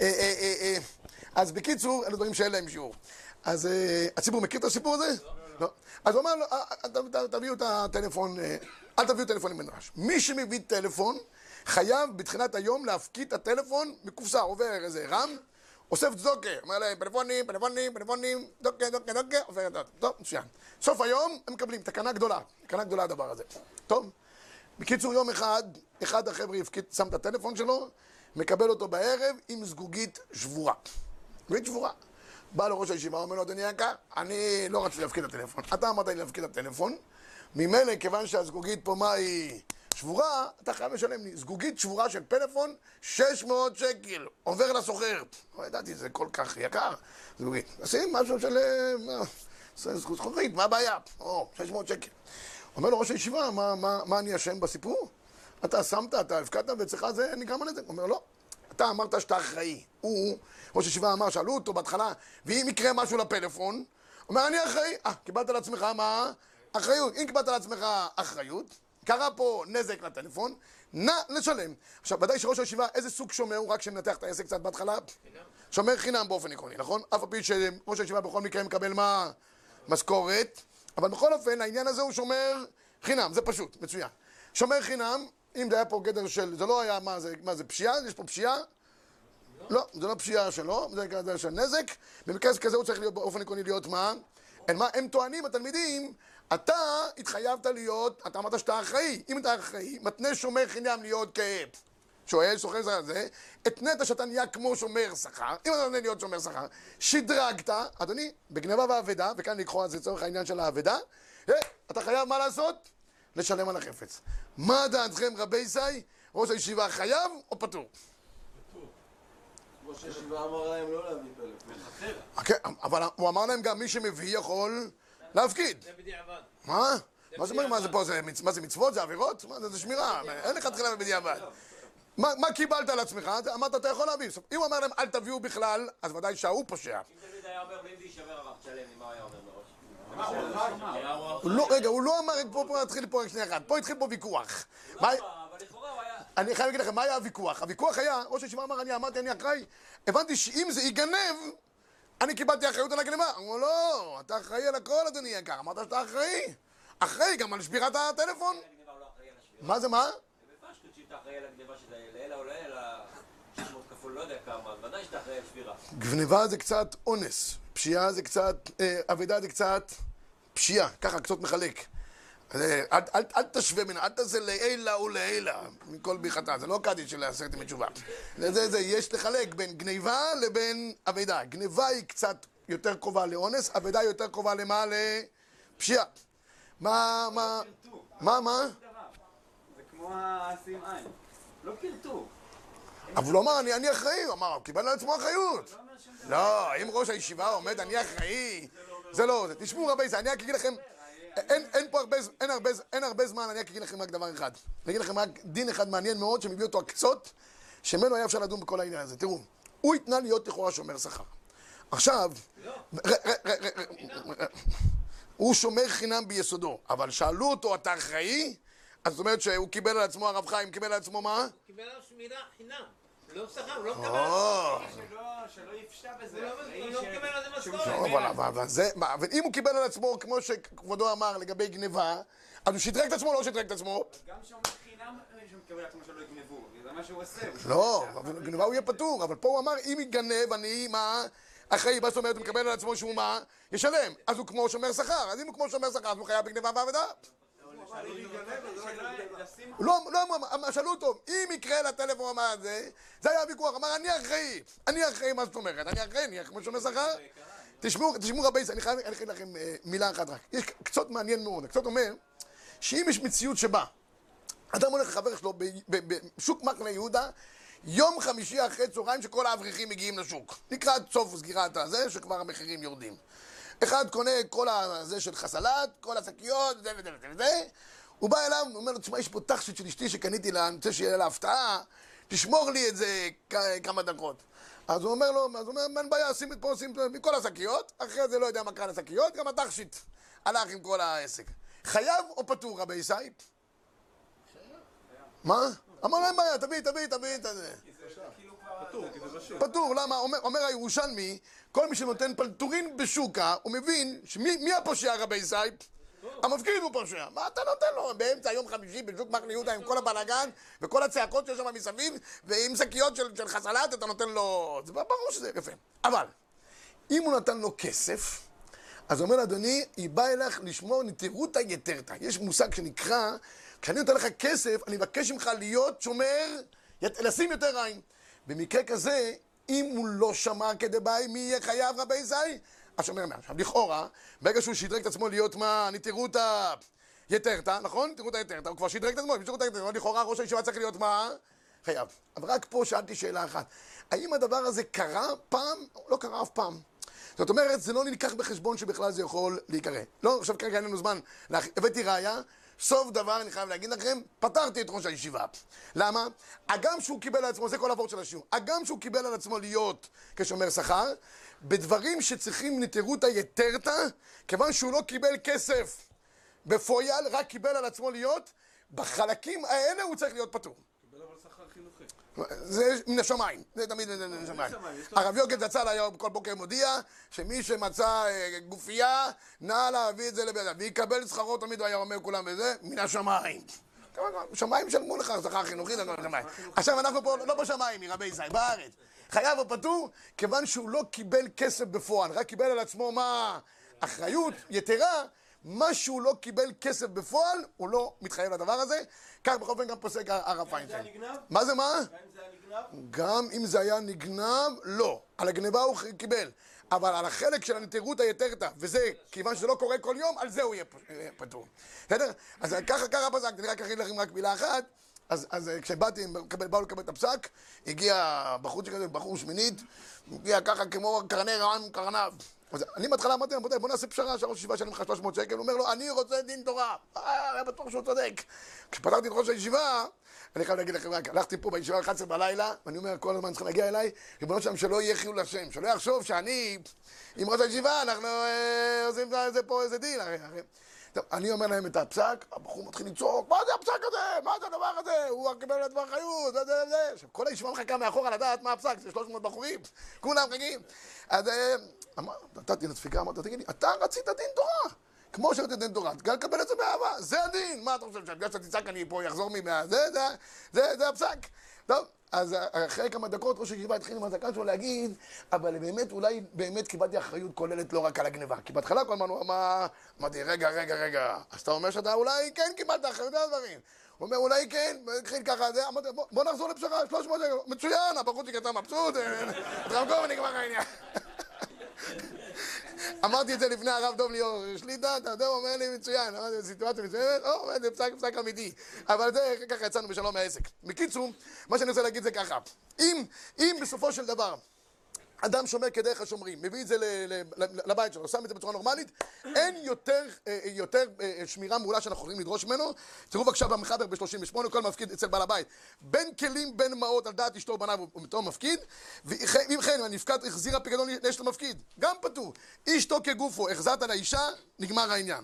A: אז בקיצור, אלו דברים שאין להם שיעור. אז הציבור מכיר את הסיפור הזה? לא. אז הוא אמר לו, תביאו את הטלפון, אל תביאו טלפונים בנדרש. מי שמביא טלפון, חייב בתחילת היום להפקיד את הטלפון מקופסה, עובר איזה רם, אוסף צדוקה, אומר להם פלאפונים, פלאפונים, פלאפונים, דוקה, דוקה, דוקה, עובר את זה. טוב, מצוין. סוף היום הם מקבלים תקנה גדולה, תקנה גדולה הדבר הזה. טוב? בקיצור, יום אחד, אחד החבר'ה יפקיד, שם את הטלפון שלו, מקבל אותו בערב עם זגוגית שבורה. זגוגית שבורה. בא לראש הישיבה, אומר לו, אדוני יקר, אני לא רציתי להפקיד את הטלפון. אתה אמרת לי להפקיד את הטלפון, ממילא, כיוון שהזגוגית פה מה היא שבורה, אתה חייב לשלם לי. זגוגית שבורה של פלאפון, שש מאות שקל, עובר לסוחר. לא ידעתי, זה כל כך יקר, זגוגית. עושים משהו של... זכוכית, מה הבעיה? או, שש מאות שקל. אומר לו ראש הישיבה, מה, מה, מה אני אשם בסיפור? אתה שמת, אתה הפקדת, וצריך זה נגרם על זה. הוא אומר, לא. אתה אמרת שאתה אחראי. הוא, ראש הישיבה אמר, שאלו אותו בהתחלה, ואם יקרה משהו לפלאפון, הוא אומר, אני אחראי. אה, קיבלת על עצמך מה? אחריות. אם קיבלת על עצמך אחריות, קרה פה נזק לטלפון, נא לשלם. עכשיו, ודאי שראש הישיבה, איזה סוג שומר הוא, רק שנתח את העסק קצת בהתחלה? שומר חינם באופן עקרוני, נכון? אף על פי שראש הישיבה בכל מקרה מקבל מה? משכורת. אבל בכל אופן, העניין הזה הוא שומר חינם, זה פשוט, מצוין. שומר חינם, אם זה היה פה גדר של, זה לא היה, מה זה, מה זה פשיעה? יש פה פשיעה? לא, זה לא פשיעה שלו, זה גדר של נזק. במקרה כזה הוא צריך להיות באופן עקרוני להיות מה? אין מה, הם טוענים, התלמידים, אתה התחייבת להיות, אתה אמרת שאתה אחראי. אם אתה אחראי, מתנה שומר חינם להיות כשואל, סוחר שכר זה, התנית שאתה נהיה כמו שומר שכר. אם אתה נהיה להיות שומר שכר, שדרגת, אדוני, בגנבה והאבדה, וכאן לקחו על זה צורך העניין של האבדה, אתה חייב מה לעשות? לשלם על החפץ. מה דעתכם רבי סי? ראש הישיבה חייב או פטור?
C: ראש הישיבה אמר להם לא להביא פלאפון.
A: אבל הוא אמר להם גם מי שמביא יכול להפקיד.
B: זה בדיעבד.
A: מה? מה זאת אומרת? מה זה פה? מה זה מצוות? זה עבירות? זה שמירה. אין לך תחילה בדיעבד. מה קיבלת על עצמך? אמרת אתה יכול להביא. אם הוא אמר להם אל תביאו בכלל, אז ודאי שההוא פושע.
D: אם דוד היה אומר ואם זה יישבר הרב תשלם, מה היה אומר מראש?
A: רגע, הוא לא אמר, פה התחיל פה רק שנייה אחת, פה התחיל פה ויכוח.
D: אבל לכאורה הוא היה...
A: אני חייב להגיד לכם, מה היה הוויכוח? הוויכוח היה, ראש הישיבה אמר, אני אמרתי, אני אחראי, הבנתי שאם זה ייגנב, אני קיבלתי אחריות על הגנבה. אמרו, לא, אתה אחראי על הכל, אדוני יקר, אמרת שאתה אחראי. אחראי גם על שבירת הטלפון. מה זה, מה?
D: בפשטות שאתה אחראי על הגניבה שזה לילה או לילה, שש מאות כפול לא יודע כמה, אז ודאי שאתה אחראי על שבירה.
A: גניבה זה קצת אונס, פשיעה זה קצת, אבדה זה קצת פשיעה, ככה קצת מחלק. אל תשווה מן, אל תעשה לעילה ולעילה מכל ביחתה, זה לא קדיש של עשרת ימי תשובה. יש לחלק בין גניבה לבין אבדה. גניבה היא קצת יותר קרובה לאונס, אבדה היא יותר קרובה למה? לפשיעה. מה, מה, מה, מה?
E: זה כמו השים עין. לא קרטו.
A: אבל הוא לא אמר, אני אחראי, הוא אמר, הוא קיבל על עצמו אחריות. לא, אם ראש הישיבה עומד, אני אחראי, זה לא, תשמעו רבי זה, אני רק אגיד לכם, אין פה הרבה, אין הרבה, אין הרבה זמן, אני רק אגיד לכם רק דבר אחד. אני אגיד לכם רק דין אחד מעניין מאוד, שמביא אותו הקצות, שמנו היה אפשר לדון בכל העניין הזה. תראו, הוא התנה להיות לכאורה שומר שכר. עכשיו, הוא שומר חינם ביסודו, אבל שאלו אותו, אתה אחראי? אז זאת אומרת שהוא קיבל על עצמו, הרב חיים קיבל על עצמו מה?
B: קיבל על שמירה חינם.
D: לא שכר, הוא לא מקבל
A: או,
E: שלא יפשע בזה.
D: הוא לא מקבל על זה
A: לא,
D: משכורת.
A: אבל- אבל- אבל זה- מה, אבל אם הוא קיבל על עצמו, כמו שכבודו אמר לגבי גניבה, אז הוא שדרג את עצמו או לא שדרג את עצמו?
E: גם שאומר חינם שהוא מקבל לעצמו שלא יגנבו. זה מה שהוא עושה.
A: לא, אבל גניבה הוא יהיה פטור, אבל פה הוא אמר, אם יגנב, אני, מה, אחראי, מה זאת אומרת, הוא מקבל על עצמו שהוא מה, ישלם. אז הוא כמו שומר שכר, אז אם הוא כמו שומר שכר, אז הוא חייב בגניבה ועבודה. לא, לא, שאלו אותו, אם יקרה לטלפון מה זה, זה היה הוויכוח, אמר, אני אחראי, אני אחראי, מה זאת אומרת, אני אחראי, אני כמו שומר שכר. תשמעו, תשמעו רבי ישראל, אני חייב להגיד לכם אה, מילה אחת רק. יש קצת מעניין מאוד, קצת אומר, שאם יש מציאות שבה, אדם הולך לחבר שלו ב- ב- בשוק מחנה יהודה, יום חמישי אחרי צהריים שכל האברכים מגיעים לשוק. לקראת סוף סגירת הזה, שכבר המחירים יורדים. אחד קונה כל הזה של חסלת, כל השקיות, זה וזה וזה וזה. הוא בא אליו, הוא אומר לו, תשמע, יש פה תכשיט של אשתי שקניתי לה, אני רוצה שיהיה לה הפתעה, תשמור לי את זה כ- כמה דקות. אז הוא אומר לו, אז הוא אומר, אין בעיה, שים את פה, שים את פה, מכל השקיות, אחרי זה לא יודע מה קרה לשקיות, גם התכשיט הלך עם כל העסק. חייב או פטור, רבי ישראל? מה? אמר להם בעיה, תביא, תביא, תביא את זה. פטור, למה? אומר, אומר הירושלמי, כל מי שנותן פלטורין בשוקה, הוא מבין שמי מי הפושע רבי ישראל? המפקיד הוא פושע. מה אתה נותן לו? באמצע יום חמישי בשוק מחנה יהודה עם כל הבלגן וכל הצעקות שיש שם מסביב ועם שקיות של, של חסלת אתה נותן לו... זה ברור שזה יפה. אבל, אם הוא נתן לו כסף, אז אומר לאדוני, היא באה אליך לשמור נטירותא יתרתא. יש מושג שנקרא, כשאני נותן לך כסף, אני מבקש ממך להיות שומר, לשים יותר עין. במקרה כזה, אם הוא לא שמר כדבעי, מי יהיה חייב רבי ישראל? השומר מה? עכשיו, לכאורה, ברגע שהוא שדרג את עצמו להיות מה? נטירותא יתרתא, נכון? נטירותא יתרתא, הוא כבר שדרג את עצמו, נטירותא יתרתא, לכאורה ראש הישיבה צריך להיות מה? חייב. אבל רק פה שאלתי שאלה אחת, האם הדבר הזה קרה פעם? לא קרה אף פעם. זאת אומרת, זה לא נלקח בחשבון שבכלל זה יכול להיקרא. לא, עכשיו כרגע אין לנו זמן, הבאתי ראיה, סוף דבר, אני חייב להגיד לכם, פתרתי את ראש הישיבה. למה? הגם שהוא קיבל על עצמו, זה כל עבור של השיעור, הגם שהוא קיבל על עצמו להיות כשומר שכר, בדברים שצריכים נטירותא יתרתא, כיוון שהוא לא קיבל כסף בפועל, רק קיבל על עצמו להיות, בחלקים האלה הוא צריך להיות פטור.
C: קיבל אבל שכר חינוכי.
A: זה מן השמיים, זה תמיד מן השמיים. הרב יוגב זצ"ל היום כל בוקר מודיע שמי שמצא גופייה, נא להביא את זה לבית אדם, ויקבל שכרו תמיד, הוא היה אומר כולם בזה, מן השמיים. שמיים שלמו לך שכר חינוכי, עכשיו אנחנו פה לא בשמיים, מרבי ישראל, בארץ. חייב או פטור, כיוון שהוא לא קיבל כסף בפועל, רק קיבל על עצמו מה? אחריות יתרה, מה שהוא לא קיבל כסף בפועל, הוא לא מתחייב לדבר הזה. כך בכל אופן גם פוסק הרב פיינשטיין. מה זה מה? גם אם זה היה נגנב, לא. על הגניבה הוא קיבל. אבל על החלק של הנטירותא יתרתא, וזה, כיוון שזה לא קורה כל יום, על זה הוא יהיה פטור. בסדר? אז ככה, ככה פסק, אני רק אגיד לכם רק מילה אחת. אז, אז כשבאתי, באו לקבל את הפסק, הגיע בחור שכזה, בחור שמינית, הגיע ככה כמו קרני רעם קרניו. אז אני בהתחלה אמרתי, רבותיי, בוא נעשה פשרה, שהראש הישיבה שלם לך שלוש מאות שקל, הוא אומר לו, אני רוצה דין תורה. אה, היה בטוח שהוא צודק. כשפתחתי את ראש הישיבה, אני חייב להגיד לכם רק, הלכתי פה בישיבה אחת עשרה בלילה, ואני אומר, כל הזמן צריכים להגיע אליי, ריבונו שלם, שלא יהיה חילול השם, שלא יחשוב שאני, עם ראש הישיבה, אנחנו אה, עושים זה פה איזה דין. הרי, הרי. טוב, אני אומר להם את הפסק, הבחור מתחיל לצעוק, מה זה הפסק הזה? מה זה הדבר הזה? הוא קיבל את דבר חיות, זה זה זה. עכשיו, כל הישיבה מחכה מאחורה לדעת מה הפסק, זה שלוש מאות בחורים, כולם חגים. אז אמר, נתתי לדפיקה, אמרת, תגיד לי, אתה רצית דין תורה. כמו שרצית דין תורה, תגל לקבל את זה באהבה, זה הדין. מה אתה חושב, שבגלל שאתה תצעק אני פה יחזור ממה, זה, זה, זה, זה הפסק. טוב, אז אחרי כמה דקות ראש הישיבה התחיל עם הזקן שלו להגיד, אבל באמת, אולי באמת קיבלתי אחריות כוללת לא רק על הגניבה. כי בהתחלה כל הזמן הוא אמר, אמרתי, רגע, רגע, רגע, אז אתה אומר שאתה אולי כן קיבלת אחריות על הדברים. הוא אומר, אולי כן, התחיל ככה, זה, אמרתי, בוא, בוא נחזור לפשרה, שלוש מאות שקל, מצוין, הבחור שלי אתה מבסוט, תרמקום ונגמר העניין. אמרתי את זה לפני הרב דוב ליאור שליטה, אתה יודע, הוא אומר לי מצוין, אמרתי, זו סיטואציה מצוינת, או, זה פסק, פסק אמיתי. אבל זה, ככה יצאנו בשלום מהעסק. בקיצור, מה שאני רוצה להגיד זה ככה, אם, אם בסופו של דבר, אדם שומר כדרך השומרים, מביא את זה לבית שלו, שם את זה בצורה נורמלית, אין יותר, יותר שמירה מעולה שאנחנו יכולים לדרוש ממנו. תראו בבקשה במחבר ב-שלושים ושמונה, כל מפקיד אצל בעל הבית. בין כלים, בין מעות, על דעת אשתו ובניו הוא מתור מפקיד, ואם כן, הנפקד החזיר הפיקדון לאשת המפקיד, גם פטור. אשתו כגופו, החזרת לאישה, נגמר העניין.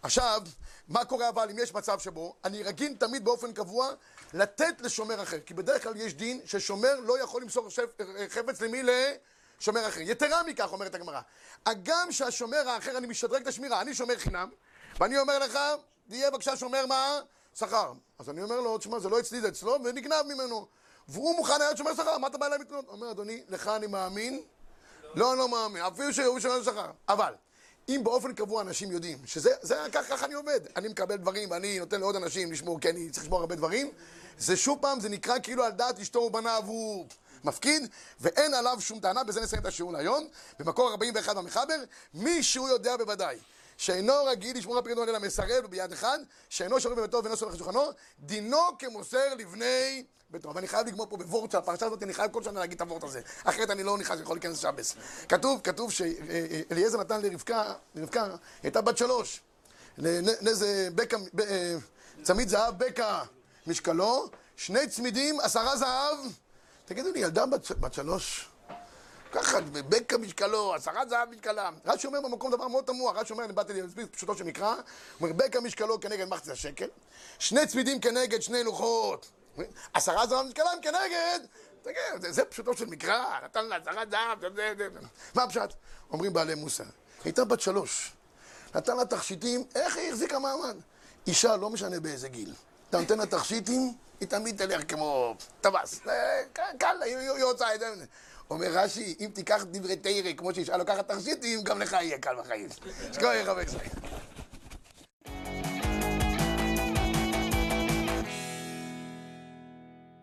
A: עכשיו, מה קורה אבל אם יש מצב שבו אני רגיל תמיד באופן קבוע לתת לשומר אחר, כי בדרך כלל יש דין ששומר לא יכול למסור חפץ למי לשומר אחר. יתרה מכך, אומרת הגמרא, הגם שהשומר האחר, אני משדרג את השמירה, אני שומר חינם, ואני אומר לך, תהיה בבקשה שומר מה? שכר. אז אני אומר לו, תשמע, זה לא אצלי, זה אצלו, ונגנב ממנו. והוא מוכן היה שומר שכר, מה אתה בא אליי מתנות? אומר, אדוני, לך אני מאמין? לא, אני לא מאמין, אפילו שהוא שומר שכר. אבל, אם באופן קבוע אנשים יודעים, שזה, זה, כך, כך אני עובד, אני מקבל דברים ואני נותן לעוד אנשים לשמור, כי אני צריך לשמור הרבה דברים, זה שוב פעם, זה נקרא כאילו על דעת אשתו ובניו הוא מפקיד, ואין עליו שום טענה, בזה נסיים את השיעור להיום, במקור ארבעים ואחת במחבר, מי שהוא יודע בוודאי, שאינו רגיל לשמור הפיקדון אלא מסרב ביד אחד, שאינו שומר בביתו ואינו סומך על שולחנו, דינו כמוסר לבני ביתו. ואני חייב לגמור פה בוורט של הפרשה הזאת, אני חייב כל שנה להגיד את הוורט הזה, אחרת אני לא נכנס, יכול להיכנס שבס. כתוב, כתוב שאליעזר נתן לרבקה, לרבקה, הייתה בת שלוש, לאיזה בקע, צמיד זהב בקע משקלו, שני צמידים, עשרה זהב. תגידו לי, ילדה בת, בת שלוש, ככה, בקע משקלו, עשרה זהב משקלה. רש"י אומר במקום דבר מאוד תמוה, רש"י אומר, אני באתי להסביר פשוטו של מקרא, הוא אומר, בקע משקלו כנגד מחצית השקל, שני צמידים כנגד שני לוחות, עשרה זהב משקלם כנגד, תגיד, זה, זה פשוטו של מקרא, נתן לה עשרה זהב, זה, זה, זה. מה הפשט? אומרים בעלי מוסר, הייתה בת שלוש, נתן לה תכשיטים, איך היא החזיקה מעמד? אישה, לא משנה באיזה גיל, אתה נותן לה תכשיטים, היא תמיד תלך כמו טווס, קל, היא רוצה את זה. אומר רש"י, אם תיקח דברי תורה כמו שאישה לוקחת תכשיטים, גם לך יהיה קל בחיים. שכוח רבי ישראל.